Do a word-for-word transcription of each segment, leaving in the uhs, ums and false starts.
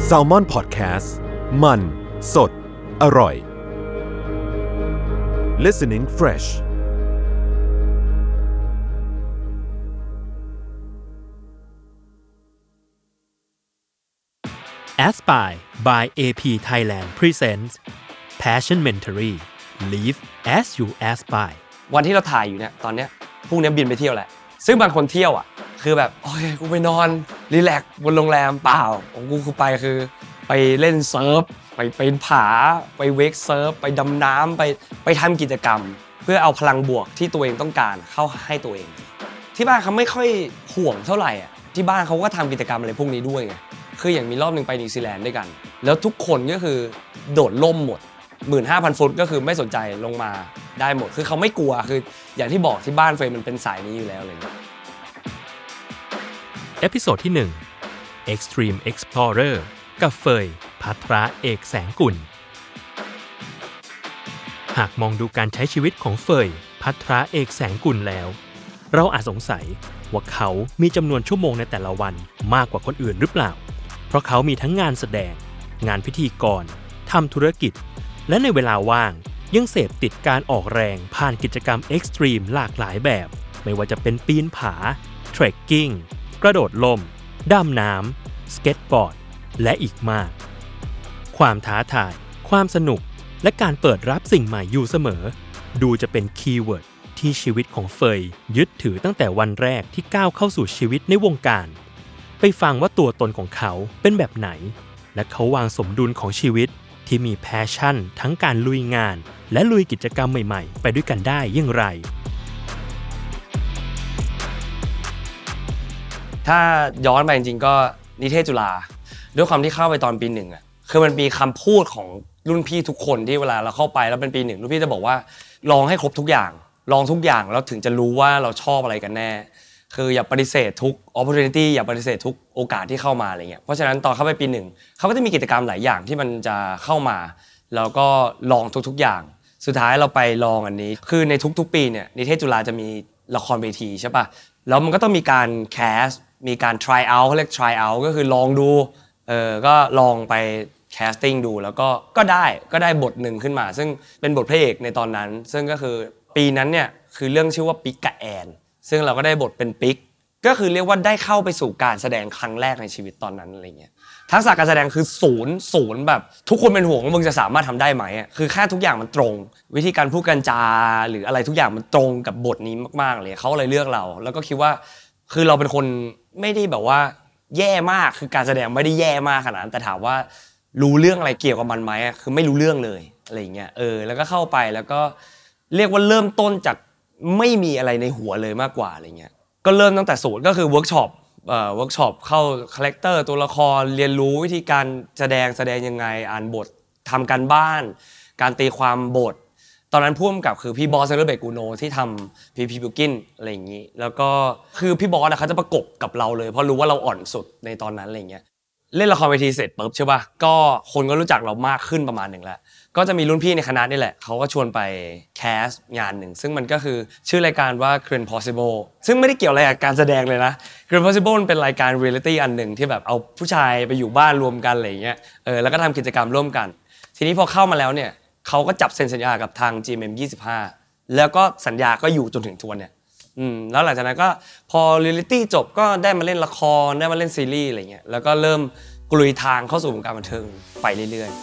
Salmon Podcast มันสดอร่อย Listening Fresh Aspire by เอ พี Thailand Presents Passion Mentory Live as you aspire วันที่เราถ่ายอยู่เนี่ยตอนเนี้ยพรุ่งนี้บินไปเที่ยวแหละซึ่งบางคนเที่ยวอ่ะคือแบบโอเคกูไปนอนรีแลกซ์บนโรงแรมเปล่าของกูคือไปคือไปเล่นเซิร์ฟไปปีนผาไปเวกเซิร์ฟไปดำน้ำไปไปทำกิจกรรมเพื่อเอาพลังบวกที่ตัวเองต้องการเข้าให้ตัวเองที่บ้านเขาไม่ค่อยห่วงเท่าไหร่อ่ะที่บ้านเขาก็ทำกิจกรรมอะไรพวกนี้ด้วยไงคืออย่างมีรอบนึงไปนิวซีแลนด์ด้วยกันแล้วทุกคนก็คือโดดร่มหมด หนึ่งหมื่นห้าพัน ฟุตก็คือไม่สนใจลงมาได้หมดคือเขาไม่กลัวคืออย่างที่บอกที่บ้านเฟรมมันเป็นสายนี้อยู่แล้วอะไรอย่างเงี้ยเอพิโซดที่หนึ่ง Extreme Explorer กับเฟย ภัทระเอกแสงกุลหากมองดูการใช้ชีวิตของเฟย ภัทระเอกแสงกุลแล้วเราอาจสงสัยว่าเขามีจำนวนชั่วโมงในแต่ละวันมากกว่าคนอื่นหรือเปล่าเพราะเขามีทั้งงานแสดงงานพิธีกรทำธุรกิจและในเวลาว่างยังเสพติดการออกแรงผ่านกิจกรรมเอ็กซ์ตรีมหลากหลายแบบไม่ว่าจะเป็นปีนผาเทรคกิ้งกระโดดล่มดำน้ำสเก็ตบอร์ดและอีกมากความท้าทายความสนุกและการเปิดรับสิ่งใหม่อยู่เสมอดูจะเป็นคีย์เวิร์ดที่ชีวิตของเฟยยึดถือตั้งแต่วันแรกที่ก้าวเข้าสู่ชีวิตในวงการไปฟังว่าตัวตนของเขาเป็นแบบไหนและเขาวางสมดุลของชีวิตที่มีแพชชั่นทั้งการลุยงานและลุยกิจกรรมใหม่ๆไปด้วยกันได้อย่างไรถ้าย้อนไปจริงๆก็นิเทศจุฬาด้วยความที่เข้าไปตอนปีหนึ่งอ่ะคือมันมีคำพูดของรุ่นพี่ทุกคนที่เวลาเราเข้าไปแล้วเป็นปีหนึ่งรุ่นพี่จะบอกว่าลองให้ครบทุกอย่างลองทุกอย่างแล้วถึงจะรู้ว่าเราชอบอะไรกันแน่คืออย่าปฏิเสธทุก opportunity อย่าปฏิเสธทุกโอกาสที่เข้ามาอะไรเงี้ยเพราะฉะนั้นตอนเข้าไปปีหนึ่งเขาก็จะมีกิจกรรมหลายอย่างที่มันจะเข้ามาแล้วก็ลองทุกๆอย่างสุดท้ายเราไปลองอันนี้คือในทุกๆปีเนี่ยนิเทศจุฬาจะมีละครเวทีใช่ป่ะแล้วมันก็ต้องมีการแคสมีการ try out เขาเรียก try out ก็คือลองดูเออก็ลองไปแคสติ้งดูแล้วก็ก็ได้ก็ได้บทหนึ่งขึ้นมาซึ่งเป็นบทพระเอกในตอนนั้นซึ่งก็คือปีนั้นเนี่ยคือเรื่องชื่อว่าปิ๊กกับแอนซึ่งเราก็ได้บทเป็นปิ๊กก็คือเรียกว่าได้เข้าไปสู่การแสดงครั้งแรกในชีวิตตอนนั้นอะไรเงี้ยทักษะการแสดงคือศูนย์ศูนย์แบบทุกคนเป็นห่วงว่ามึงจะสามารถทำได้ไหมอ่ะคือแค่ทุกอย่างมันตรงวิธีการพูดกันจาหรืออะไรทุกอย่างมันตรงกับบทนี้มากๆเลยเขาเลยเลือกเราแล้วก็คิดว่าคือเราเป็นคนไม่ได้แบบว่าแย่มากคือการแสดงไม่ได้แย่มากขนาดนั้นแต่ถามว่ารู้เรื่องอะไรเกี่ยวกับมันไหมอ่ะคือไม่รู้เรื่องเลยอะไรเงี้ยเออแล้วก็เข้าไปแล้วก็เรียกว่าเริ่มต้นจากไม่มีอะไรในหัวเลยมากกว่าอะไรเงี้ยก็เริ่มตั้งแต่ศูนย์ก็คือเวิร์กช็อปเอ่อเวิร์กช็อปเข้าคาแรคเตอร์ตัวละครเรียนรู้วิธีการแสดงแสดงยังไงอ่านบททำการบ้านการตีความบทตอนนั้นผู้กำกับคือพี่บอสเซเลเบกูโนที่ทำพีพีบิวกินอะไรอย่างนี้แล้วก็คือพี่บอสเขาจะประกบกับเราเลยเพราะรู้ว่าเราอ่อนสุดในตอนนั้นอะไรเงี้ยเล่นละครเวทีเสร็จปุ๊บใช่ป่ะก็คนก็รู้จักเรามากขึ้นประมาณหนึ่งแล้วก็จะมีรุ่นพี่ในคณะนี่แหละเขาก็ชวนไปแคสงานหนึ่งซึ่งมันก็คือชื่อรายการว่า Grand Possible ซึ่งไม่ได้เกี่ยวอะไรกับการแสดงเลยนะ Grand Possible มันเป็นรายการเรียลลิตี้อันหนึ่งที่แบบเอาผู้ชายไปอยู่บ้านรวมกันอะไรอย่างเงี้ยเออแล้วก็ทำกิจกรรมร่วมกันทีนี้พอเข้ามาแล้วเนี่ยเขาก็จับเซ็นสัญญากับทาง จี เอ็ม เอ็ม ยี่สิบห้าแล้วก็สัญญาก็อยู่จนถึงทุกวันเนี่ยอืมแล้วหลังจากนั้นก็พอเรียลลิตี้จบก็ได้มาเล่นละครได้มาเล่นซีรีส์อะไรเงี้ยแล้วก็เริ่มกลุยทางเข้าสู่วงการบันเทิงไปเรื่อย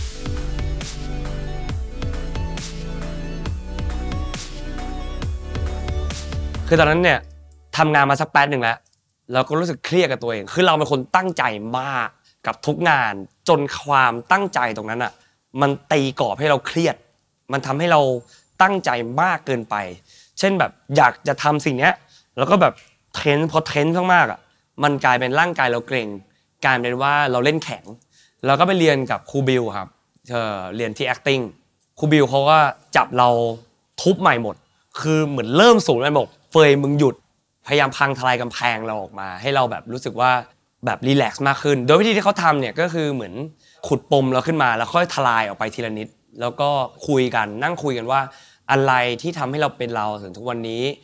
ๆคือตอนนั้นเนี่ยทำงานมาสักแป๊บนึงแล้วเราก็รู้สึกเครียดกับตัวเองคือเราเป็นคนตั้งใจมากกับทุกงานจนความตั้งใจตรงนั้นอ่ะมันตีกรอบให้เราเครียดมันทำให้เราตั้งใจมากเกินไปเช่นแบบอยากจะทำสิ่งนี้แล้วก็แบบเทรนพอเทรนมากๆอ่ะมันกลายเป็นร่างกายเราเกร็งกลายเป็นว่าเราเล่นแข็งเราก็ไปเรียนกับครูบิวครับเออเรียนที่ acting ครูบิวเขาก็จับเราทุบใหม่หมดคือเหมือนเริ่มศูนย์เลยบอกเฟยมึงหยุดพยายามพังทลายกำแพงเราออกมาให้เราแบบรู้สึกว่าแบบรีแลกซ์มากขึ้นโดยวิธีที่เขาทำเนี่ยก็คือเหมือนขุดปมเราขึ้นมาแล้วค่อยทลายออกไปทีละนิดแล้วก็คุยกันนั่งคุยกันว่าอะไรที่ทำให้เราเป็นเราถึงทุกวันนี้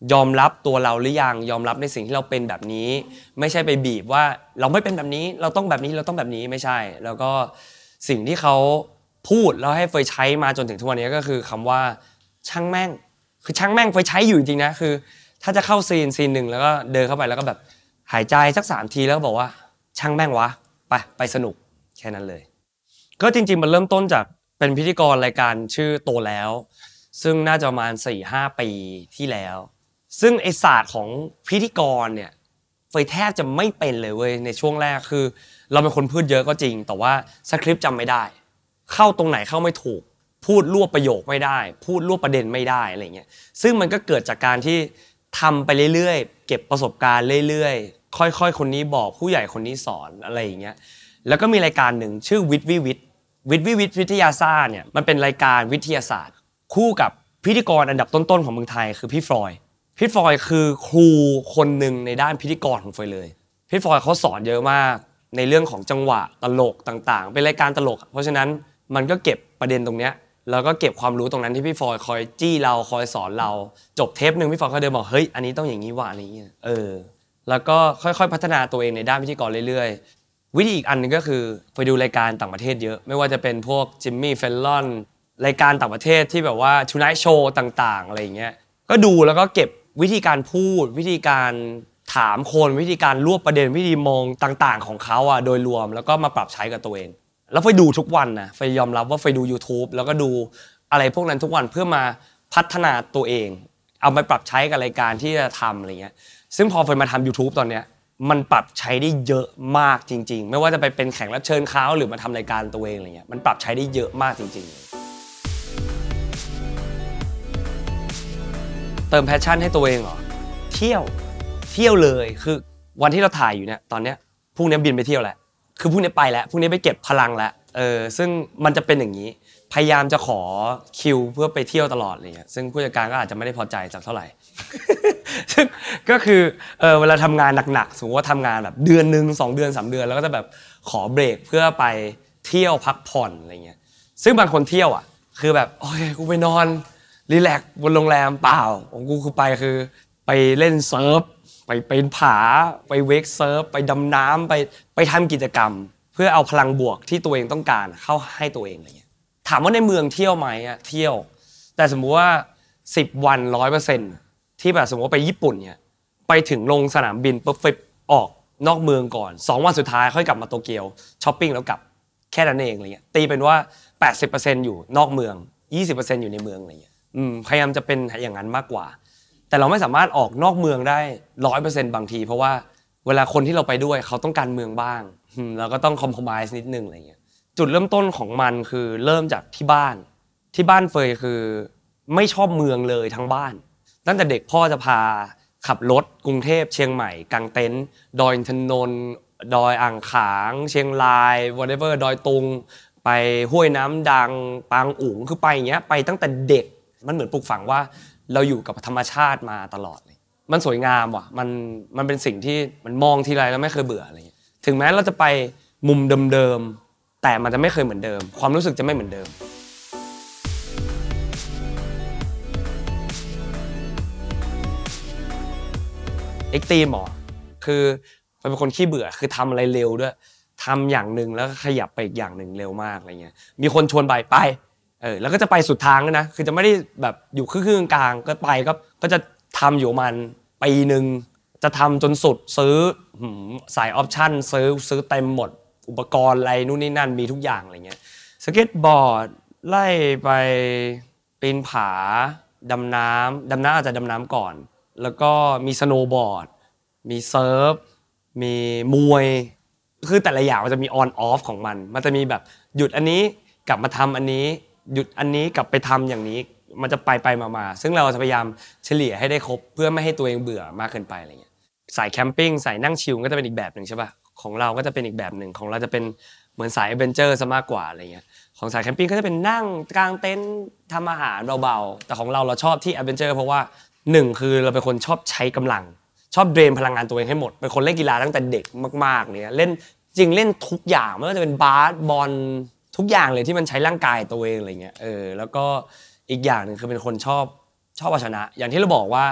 ยอมรับตัวเราหรือยังยอมรับในสิ่งที่เราเป็นแบบนี้ไม่ใช่ไปบีบว่าเราไม่เป็นแบบนี้เราต้องแบบนี้เราต้องแบบนี้ไม่ใช่แล้วก็สิ่งที่เขาพูดแล้วให้เฟยใช้มาจนถึงทุกวันนี้ก็คือคำว่าช่างแม่งคือช่างแม่งเฟยใช้อยู่จริงๆนะคือถ้าจะเข้าซีนซีนหนึ่งแล้วก็เดินเข้าไปแล้วก็แบบหายใจสักสามทีแล้วก็บอกว่าช่างแม่งวะไปไปสนุกแค่นั้นเลยก็จริงๆมันเริ่มต้นจากเป็นพิธีกรรายการชื่อโตแล้วซึ่งน่าจะประมาณ สี่ห้า ปีที่แล้วซึ่งไอศาสตร์ของพิธีกรเนี่ยเฟยแทบจะไม่เป็นเลยเว้ยในช่วงแรกคือเราเป็นคนพูดเยอะก็จริงแต่ว่าสคริปต์จำไม่ได้เข้าตรงไหนเข้าไม่ถูกพูดรวบประโยคไม่ได้พูดรวบประเด็นไม่ได้อะไรเงี้ยซึ่งมันก็เกิดจากการที่ทำไปเรื่อยๆเก็บประสบการณ์เรื่อยๆค่อยๆคนนี้บอกผู้ใหญ่คนนี้สอนอะไรอย่างเงี้ยแล้วก็มีรายการหนึ่งชื่อวิทวิวิทวิทวิวิทวิทยาศาสตร์เนี่ยมันเป็นรายการวิทยาศาสตร์คู่กับพิธีกรอันดับต้นๆของเมืองไทยคือพี่ฟลอยด์พี่ฟลอยด์คือครูคนหนึ่งในด้านพิธีกรของเฟยเลยพี่ฟลอยด์เขาสอนเยอะมากในเรื่องของจังหวะตลกต่างๆเป็นรายการตลกเพราะฉะนั้นมันก็เก็บประเด็นตรงเนี้ยแล้วก็เก็บความรู้ตรงนั้นที่พี่ฟลอยด์คอยจี้เราคอยสอนเราจบเทปนึงพี่ฟลอยด์ก็เดินบอกเฮ้ยอันนี้ต้องอย่างนี้ว่ะอะไรเงี้ยเออแล้วก็ค่อยๆพัฒนาตัวเองในด้านพิธีกรเรื่อยๆวิธีอีกอันนึงก็คือไปดูรายการต่างประเทศเยอะไม่ว่าจะเป็นพวกจิมมี่เฟลลอนรายการต่างประเทศที่แบบว่า Tonight Show ต่างๆอะไรอย่างเงี้ยก็ดูแล้วก็เก็บวิธีการพูดวิธีการถามคนวิธีการรวบประเด็นวิธีมองต่างๆของเขาอ่ะโดยรวมแล้วก็มาปรับใช้กับตัวเองแล้วเฟยดูทุกวันนะเฟยยอมรับว่าเฟยดู YouTube แล้วก็ดูอะไรพวกนั้นทุกวันเพื่อมาพัฒนาตัวเองเอาไปปรับใช้กับรายการที่จะทำอะไรเงี้ยซึ่งพอเฟยมาทำ YouTube ตอนเนี้ยมันปรับใช้ได้เยอะมากจริงๆไม่ว่าจะไปเป็นแขกรับเชิญเขาหรือมาทำรายการตัวเองอะไรเงี้ยมันปรับใช้ได้เยอะมากจริงๆเติมแพชชั่นให้ตัวเองเหรอเที่ยวเที่ยวเลยคือวันที่เราถ่ายอยู่เนี่ยตอนเนี้ยพรุ่งนี้บินไปเที่ยวแหละคือพรุ่งนี้ไปแล้วพรุ่งนี้ไปเก็บพลังแล้วเออซึ่งมันจะเป็นอย่างนี้พยายามจะขอคิวเพื่อไปเที่ยวตลอดอะไรเงี้ยซึ่งผู้จัดการก็อาจจะไม่ได้พอใจสักเท่าไหร่ ซึ่งก็คือเออเวลาทำงานหนักๆสมมติว่าทำงานแบบเดือนนึงสองเดือนสามเดือนแล้วก็จะแบบขอเบรกเพื่อไปเที่ยวพักผ่อนอะไรเงี้ยซึ่งบางคนเที่ยวอ่ะคือแบบโอเคกูไปนอนรีแลกซ์บนโรงแรมเปล่าของกูคือไปคือไปเล่นเซิร์ฟไปปีนผาไปเวกเซิร์ฟไปดำน้ำไปไปทำกิจกรรมเพื่อเอาพลังบวกที่ตัวเองต้องการเข้าให้ตัวเองอะไรเงี้ยถามว่าในเมืองเที่ยวไหมอะเที่ยวแต่สมมุติว่าสิบวัน ร้อยเปอร์เซ็นต์ ที่แบบสมมติว่าไปญี่ปุ่นเนี่ยไปถึงลงสนามบินปุ๊บไปออกนอกเมืองก่อนสองวันสุดท้ายค่อยกลับมาโตเกียวช้อปปิ้งแล้วกลับแค่นั้นเองอะไรเงี้ยตีเป็นว่า แปดสิบเปอร์เซ็นต์ อยู่นอกเมือง ยี่สิบเปอร์เซ็นต์ อยู่ในเมืองอะไรเงี้ยอืมพยายามจะเป็นอย่างนั้นมากกว่าแต่เราไม่สามารถออกนอกเมืองได้ ร้อยเปอร์เซ็นต์ บางทีเพราะว่าเวลาคนที่เราไปด้วยเขาต้องการเมืองบ้างเราก็ต้องคอมโพรไมซ์นิดนึงอะไรเงี้ยจุดเริ่มต้นของมันคือเริ่มจากที่บ้านที่บ้านเฟยคือไม่ชอบเมืองเลยทั้งบ้านตั้งแต่เด็กพ่อจะพาขับรถกรุงเทพเชียงใหม่กางเต็นท์ดอยอินทนนท์ดอยอ่างขางเชียงราย whatever ดอยตุงไปห้วยน้ำดังปางอุ๋งคือไปอย่างเงี้ยไปตั้งแต่เด็กมันเหมือนปลูกฝังว่าเราอยู่กับธรรมชาติมาตลอดเลยมันสวยงามว่ะมันมันเป็นสิ่งที่มันมองทีไรแล้วไม่เคยเบื่ออะไรเงี้ยถึงแม้เราจะไปมุมเดิมๆแต่มันจะไม่เคยเหมือนเดิมความรู้สึกจะไม่เหมือนเดิมเอ็กซ์ตรีมหรอคือเป็นคนขี้เบื่อคือทำอะไรเร็วด้วยทำอย่างหนึ่งแล้วก็ขยับไปอีกอย่างหนึ่งเร็วมากอะไรเงี้ยมีคนชวนไปไปเออแล้วก็จะไปสุดทางเลยนะคือจะไม่ได้แบบอยู่ครึ่งๆกลางก็ไปก็ก็จะทำอยู่มันปีนึงจะทำจนสุดซื้อสายออปชั่นซื้อซื้อเต็มหมดอุปกรณ์อะไรนู่นนี่นั่นมีทุกอย่างอะไรเงี้ยสเก็ตบอร์ดไล่ไปปีนผาดำน้ำดำน้ำอาจจะดำน้ำก่อนแล้วก็มีสโนว์บอร์ดมีเซิร์ฟมีมวยคือแต่ละอย่างมันจะมีออนออฟของมันมันจะมีแบบหยุดอันนี้กลับมาทำอันนี้หยุดอันนี้กลับไปทำอย่างนี้มันจะไปไปมาๆซึ่งเราจะพยายามเฉลี่ยให้ได้ครบเพื่อไม่ให้ตัวเองเบื่อมากเกินไปอะไรเงี้ยสายแคมปิ้งสายนั่งชิลก็จะเป็นอีกแบบหนึ่งใช่ป่ะของเราก็จะเป็นอีกแบบหนึ่งของเราจะเป็นเหมือนสายแอดเวนเจอร์ซะมากกว่าอะไรเงี้ยของสายแคมปิ้งก็จะเป็นนั่งกลางเต็นท์ทำอาหารเบาๆแต่ของเราเราชอบที่แอดเวนเจอร์เพราะว่าหนึ่งคือเราเป็นคนชอบใช้กำลังชอบเดรนพลังงานตัวเองให้หมดเป็นคนเล่นกีฬาตั้งแต่เด็กมากๆเนี่ยเล่นจริงเล่นทุกอย่างไม่ว่าจะเป็นบาสบอลทุกอย่างเลยที่มันใช้ร่างกายตัวเองอะไรเงี้ยเออแล้วก็อีกอย่างนึงคือเป็นคนชอบชอบเอาชนะอย่างที่เราบอกว่า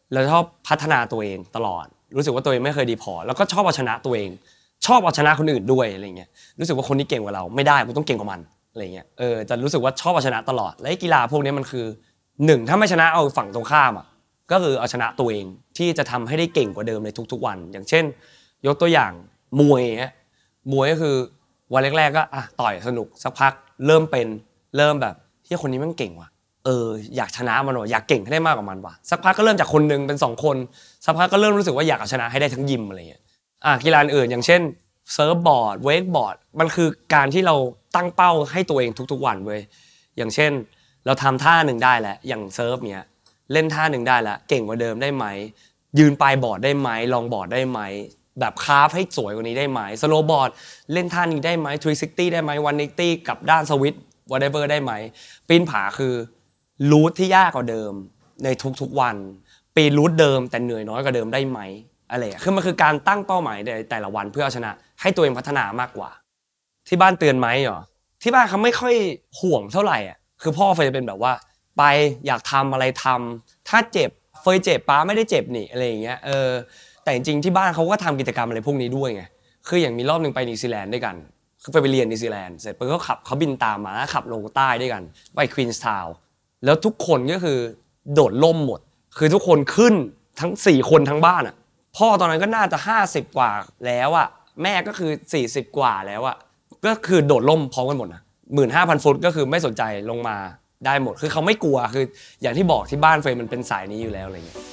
เราชอบพัฒนาตัวเองตลอดรู้สึกว่าตัวเองไม่เคยดีพอแล้วก็ชอบเอาชนะตัวเองชอบเอาชนะคนอื่นด้วยอะไรเงี้ยรู้สึกว่าคนที่เก่งกว่าเราไม่ได้กูต้องเก่งกว่ามันอะไรเงี้ยเออจะรู้สึกว่าชอบเอาชนะตลอดและกีฬาพวกนี้มันคือหนึ่งถ้าไม่ชนะเอาฝั่งตรงข้ามอ่ะก็คือเอาชนะตัวเองที่จะทำให้ได้เก่งกว่าเดิมในทุกๆวันอย่างเช่นยกตัวอย่างมวยเงี้ยมวยก็คือวันแรกๆก็อ่ะต่อยสนุกสักพักเริ่มเป็นเริ่มแบบที่คนนี้มันเก่งว่ะเอออยากชนะมันว่ะอยากเก่งให้ได้มากกว่ามันว่ะสักพักก็เริ่มจากคนนึงเป็นสองคนสักพักก็เริ่มรู้สึกว่าอยากเอาชนะให้ได้ทั้งยิมอะไรเงี้ยอ่ะกีฬาอื่นอย่างเช่นเซิร์ฟบอร์ดเวกบอร์ดมันคือการที่เราตั้งเป้าให้ตัวเองทุกๆวันเว้ยอย่างเช่นเราทำท่าหนึ่งได้แล้วอย่างเซิร์ฟเนี้ยเล่นท่าหนึ่งได้แล้วเก่งกว่าเดิมได้ไหมยืนปลายบอร์ดได้ไหมลองบอร์ดได้ไหมแบบคราฟให้สวยกว่านี้ได้ไหมสโลว์บอร์ดเล่นท่านี้ได้ไหมทรีซิกตี้ได้ไหมวันนิกตี้กับด้านสวิตช์ whatever ได้ไหมปีนผาคือรูทที่ยากกว่าเดิมในทุกๆวันปีนรูทเดิมแต่เหนื่อยน้อยกว่าเดิมได้ไหมอะไรคือมันคือการตั้งเป้าหมายในแต่ละวันเพื่อเอาชนะให้ตัวเองพัฒนามากกว่าที่บ้านเตือนไหมเหรอที่บ้านเขาไม่ค่อยห่วงเท่าไหร่อ่ะคือพ่อเฟยจะเป็นแบบว่าไปอยากทำอะไรทำถ้าเจ็บเฟยเจ็บป้าไม่ได้เจ็บนี่อะไรอย่างเงี้ยเออแต่จริงๆที่บ้านเขาก็ทำกิจกรรมอะไรพวกนี้ด้วยไงคืออย่างมีรอบนึงไปนิวซีแลนด์ด้วยกันคือไปเรียนนิวซีแลนด์เสร็จปุ๊บก็ขับเขาบินตามมาแล้วขับลงใต้ด้วยกันไปควีนส์ทาวน์แล้วทุกคนก็คือโดดล่มหมดคือทุกคนขึ้นทั้งสี่คนทั้งบ้านอ่ะพ่อตอนนั้นก็น่าจะห้าสิบกว่าแล้วอ่ะแม่ก็คือสี่สิบกว่าแล้วอ่ะก็คือโดดล่มพร้อมกันหมดนะ หนึ่งหมื่นห้าพัน ฟุตก็คือไม่สนใจลงมาได้หมดคือเขาไม่กลัวคืออย่างที่บอกที่บ้านเฟยมันเป็นสายนี้อยู่แล้วอะไรเงี้ย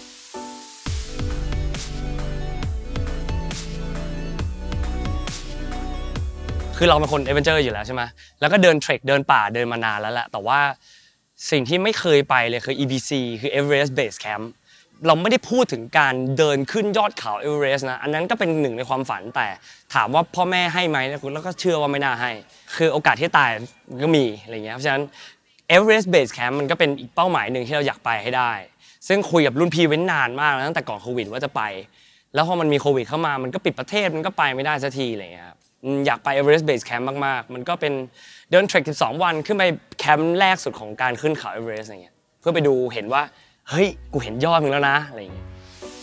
คือเราเป็นคนเอเวนเจอร์อยู่แล้วใช่ไหมแล้วก็เดินเทรคเดินป่าเดินมานานแล้วแหละแต่ว่าสิ่งที่ไม่เคยไปเลยคือ อี บี ซี คือ Everest Base Camp เราไม่ได้พูดถึงการเดินขึ้นยอดเขาเอเวอเรสต์นะอันนั้นก็เป็นหนึ่งในความฝันแต่ถามว่าพ่อแม่ให้ไหมนะคุณแล้วก็เชื่อว่าไม่น่าให้คือโอกาสที่ตายก็มีอะไรเงี้ยเพราะฉะนั้น Everest Base Camp มันก็เป็นอีกเป้าหมายหนึ่งที่เราอยากไปให้ได้ซึ่งคุยกับรุ่นพี่เว้นนานมากตั้งแต่ก่อนโควิดว่าจะไปแล้วพอมันมีโควิดเข้ามามันก็ปิดประเทศมันก็ไปไม่ได้สักทีอะไรเงี้ยครับอยากไป Everest Base Camp มากๆมันก็เป็นเดินเทรคสิบสองวันขึ้นไปแคมป์แรกสุดของการขึ้นเขาเอเวอเรสต์อะไรเงี้ยเพื่อไปดูเห็นว่าเฮ้ยกูเห็นยอดมึงแล้วนะอะไรอย่างเงี้ย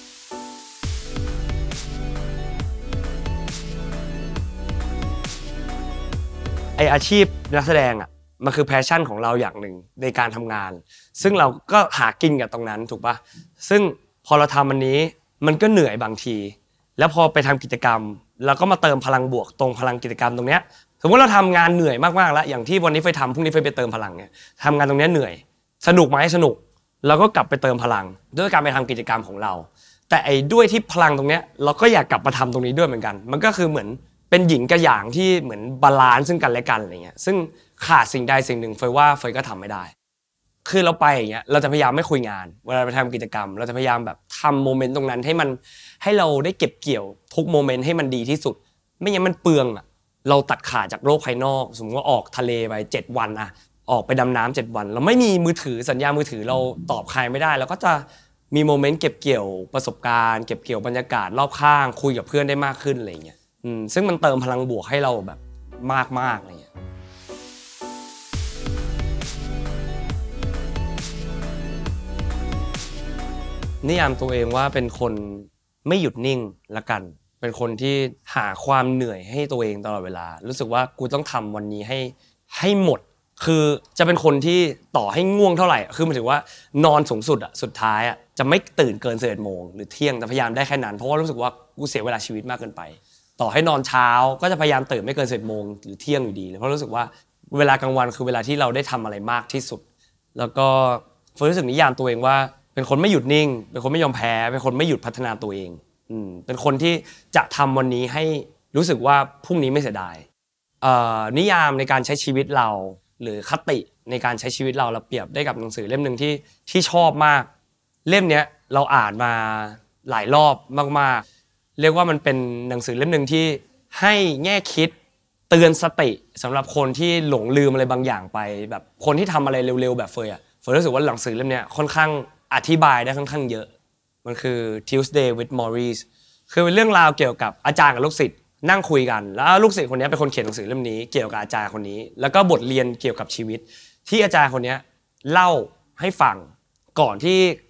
ไออาชีพนักแสดงอ่ะมันคือแพชชั่นของเราอย่างหนึ่งในการทำงานซึ่งเราก็หากินกับตรงนั้นถูกป่ะซึ่งพอเราทำอันนี้มันก็เหนื่อยบางทีแล้วพอไปทำกิจกรรมเราก็มาเติมพลังบวกตรงพลังกิจกรรมตรงเนี้ยสมมติเราทำงานเหนื่อยมากๆแล้วอย่างที่วันนี้เฟยทำพรุ่งนี้เฟยไปเติมพลังเนี่ยทำงานตรงนี้เหนื่อยสนุกไหมสนุกเราก็กลับไปเติมพลังด้วยการไปทำกิจกรรมของเราแต่ไอ้ด้วยที่พลังตรงเนี้ยเราก็อยากกลับมาทำตรงนี้ด้วยเหมือนกันมันก็คือเหมือนเป็นหญิงกับหยางที่เหมือนบาลานซ์ซึ่งกันและกันอะไรเงี้ยซึ่งขาดสิ่งใดสิ่งหนึ่งเฟยว่าเฟยก็ทำไม่ได้คือเราไปอย่างเงี้ยเราจะพยายามไม่คุยงานเวลาไปทำกิจกรรมเราจะพยายามแบบทำโมเมนต์ตรงนั้นให้มันให้เราได้เก็บเกี่ยวทุกโมเมนต์ให้มันดีที่สุดไม่งั้นมันเปลืองอ่ะเราตัดขาดจากโลกภายนอกสมมติว่าออกทะเลไปเจ็ดวันอะออกไปดำน้ำเจ็ดวันเราไม่มีมือถือสัญญาณมือถือเราตอบใครไม่ได้เราก็จะมีโมเมนต์เก็บเกี่ยวประสบการณ์เก็บเกี่ยวบรรยากาศรอบข้างคุยกับเพื่อนได้มากขึ้นอะไรเงี้ยอืมซึ่งมันเติมพลังบวกให้เราแบบมากๆอะไรเงี้ยนิยามตัวเองว่าเป็นคนไม่หยุดนิ่งละกันเป็นคนที่หาความเหนื่อยให้ตัวเองตลอดเวลารู้สึกว่ากูต้องทำวันนี้ให้ให้หมดคือจะเป็นคนที่ต่อให้ง่วงเท่าไหร่คือหมายถึงว่านอนสูงสุดอะสุดท้ายอะจะไม่ตื่นเกินสิบเอ็ดโมงหรือเที่ยงแต่พยายามได้แค่นั้นเพราะว่ารู้สึกว่ากูเสียเวลาชีวิตมากเกินไปต่อให้นอนเช้าก็จะพยายามตื่นไม่เกินสิบเอ็ดโมงหรือเที่ยงอยู่ดีเพราะรู้สึกว่าเวลากลางวันคือเวลาที่เราได้ทำอะไรมากที่สุดแล้วก็เฟิร์สรู้สึกนิยามตัวเองว่าเป็นคนไม่หยุดนิ่งเป็นคนไม่ยอมแพ้เป็นคนไม่หยุดพัฒนาตัวเองเป็นคนที่จะทำวันนี้ให้รู้สึกว่าพรุ่งนี้ไม่เสียดายนิยามในการใช้ชีวิตเราหรือคติในการใช้ชีวิตเราเราเปรียบได้กับหนังสือเล่มนึงที่ที่ชอบมากเล่มนี้เราอ่านมาหลายรอบมากๆเรียกว่ามันเป็นหนังสือเล่มนึงที่ให้แง่คิดเตือนสติสำหรับคนที่หลงลืมอะไรบางอย่างไปแบบคนที่ทำอะไรเร็วๆแบบเฟยอ่ะเฟยรู้สึกว่าหนังสือเล่มนี้ค่อนข้างอธิบายได้ค่อนข้างเยอะมันคือ Tuesday with Morrie คือเป็นเรื่องราวเกี่ยวกับอาจารย์กับลูกศิษย์นั่งคุยกันแล้วลูกศิษย์คนนี้เป็นคนเขียนหนังสือเล่มนี้เกี่ยวกับอาจารย์คนนี้แล้วก็บทเรียนเกี่ยวกับชีวิตที่อาจารย์คนนี้เล่าให้ฟังก่อนที่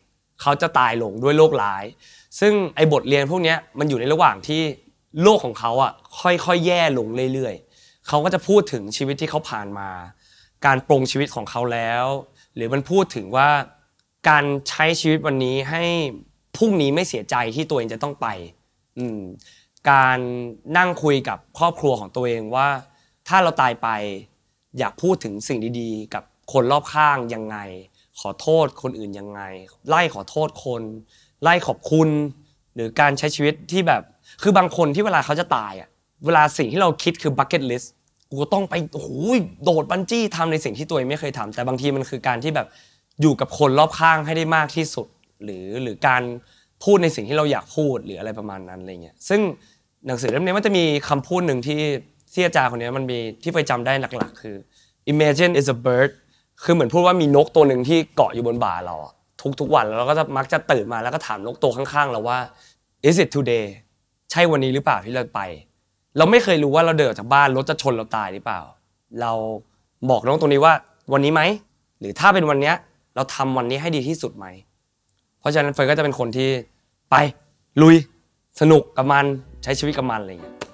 เขาจะตายลงด้วยโรคร้ายซึ่งไอ้บทเรียนพวกนี้มันอยู่ในระหว่างที่โลกของเขาอ่ะค่อยๆแย่ลงเรื่อยๆเขาก็จะพูดถึงชีวิตที่เขาผ่านมาการปรงชีวิตของเขาแล้วหรือมันพูดถึงว่าการใช้ชีวิตวันนี้ให้พรุ่งนี้ไม่เสียใจที่ตัวเองจะต้องไปอืมการนั่งคุยกับครอบครัวของตัวเองว่าถ้าเราตายไปอยากพูดถึงสิ่งดีๆกับคนรอบข้างยังไงขอโทษคนอื่นยังไงไล่ขอโทษคนไล่ขอบคุณหรือการใช้ชีวิตที่แบบคือบางคนที่เวลาเขาจะตายอ่ะเวลาสิ่งที่เราคิดคือ bucket list กูต้องไปโอ้โหโดดบันจี้ทำในสิ่งที่ตัวเองไม่เคยทำแต่บางทีมันคือการที่แบบอยู่กับคนรอบข้างให้ได้มากที่สุดหรือหรือการพูดในสิ่งที่เราอยากพูดหรืออะไรประมาณนั้นอะไรเงี้ยซึ่งหนังสือเล่มนี้มันจะมีคำพูดหนึ่งที่ที่อาจารย์คนนี้มันมีที่ไปจำได้หลักๆคือ imagine is a bird คือเหมือนพูดว่ามีนกตัวหนึ่งที่เกาะอยู่บนบ่าเราทุกๆวันแล้วเราก็จะมักจะตื่นมาแล้วก็ถามนกตัวข้างๆเราว่า is it today ใช่วันนี้หรือเปล่าที่เราไปเราไม่เคยรู้ว่าเราเดินออกจากบ้านรถจะชนเราตายหรือเปล่าเราบอกน้องตรงนี้ว่าวันนี้ไหมหรือถ้าเป็นวันนี้เราทำวันนี้ให้ดีที่สุดไหมเพราะฉะนั้นเฟยก็จะเป็นคนที่ไปลุยสนุกกับมันใช้ชีวิตกับมันอะไรอย่างเงี้ย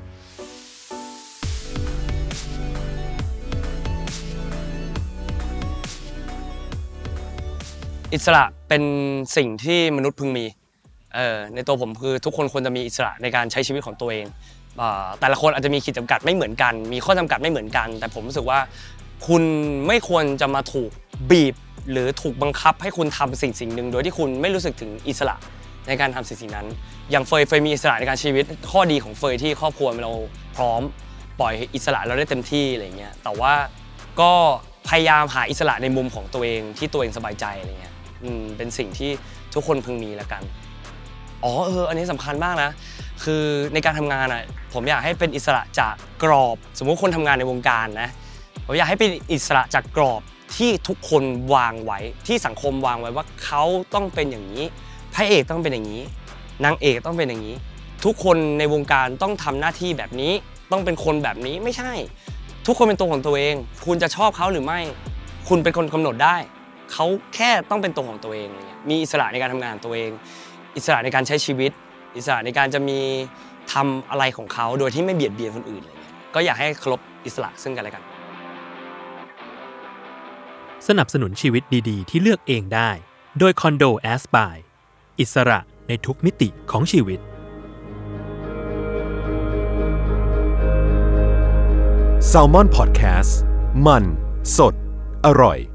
อิสระเป็นสิ่งที่มนุษย์พึงมีเอ่อในตัวผมคือทุกคนควรจะมีอิสระในการใช้ชีวิตของตัวเองแต่ละคนอาจจะมีขีดจำกัดไม่เหมือนกันมีข้อจำกัดไม่เหมือนกันแต่ผมรู้สึกว่าคุณไม่ควรจะมาถูกบีบหรือถูกบังคับให้คุณทำสิ่งสิ่งหนึ่งโดยที่คุณไม่รู้สึกถึงอิสระในการทำสิ่งสิ่งนั้นอย่างเฟยเฟยมีอิสระในการชีวิตข้อดีของเฟยที่ครอบครัวเราพร้อมปล่อยอิสระเราได้เต็มที่อะไรเงี้ยแต่ว่าก็พยายามหาอิสระในมุมของตัวเองที่ตัวเองสบายใจอะไรเงี้ยอืมเป็นสิ่งที่ทุกคนพึงมีละกันอ๋อเอออันนี้สำคัญมากนะคือในการทำงานอ่ะผมอยากให้เป็นอิสระจากกรอบสมมุติคนทำงานในวงการนะผมอยากให้เป็นอิสระจากกรอบที่ทุกคนวางไว้ที่สังคมวางไว้ว่าเขาต้องเป็นอย่างนี้พระเอกต้องเป็นอย่างนี้นางเอกต้องเป็นอย่างนี้ทุกคนในวงการต้องทำหน้าที่แบบนี้ต้องเป็นคนแบบนี้ไม่ใช่ทุกคนเป็นตัวของตัวเองคุณจะชอบเขาหรือไม่คุณเป็นคนกำหนดได้เขาแค่ต้องเป็นตัวของตัวเองอะไรเงี้ยมีอิสระในการทำงานของตัวเองอิสระในการใช้ชีวิตอิสระในการจะมีทำอะไรของเขาโดยที่ไม่เบียดเบียนคนอื่นอะไรเงี้ยก็อยากให้เคารพอิสระซึ่งกันและกันสนับสนุนชีวิตดีๆที่เลือกเองได้โดยคอนโดแอสบายอิสระในทุกมิติของชีวิต Salmon Podcast มันสดอร่อย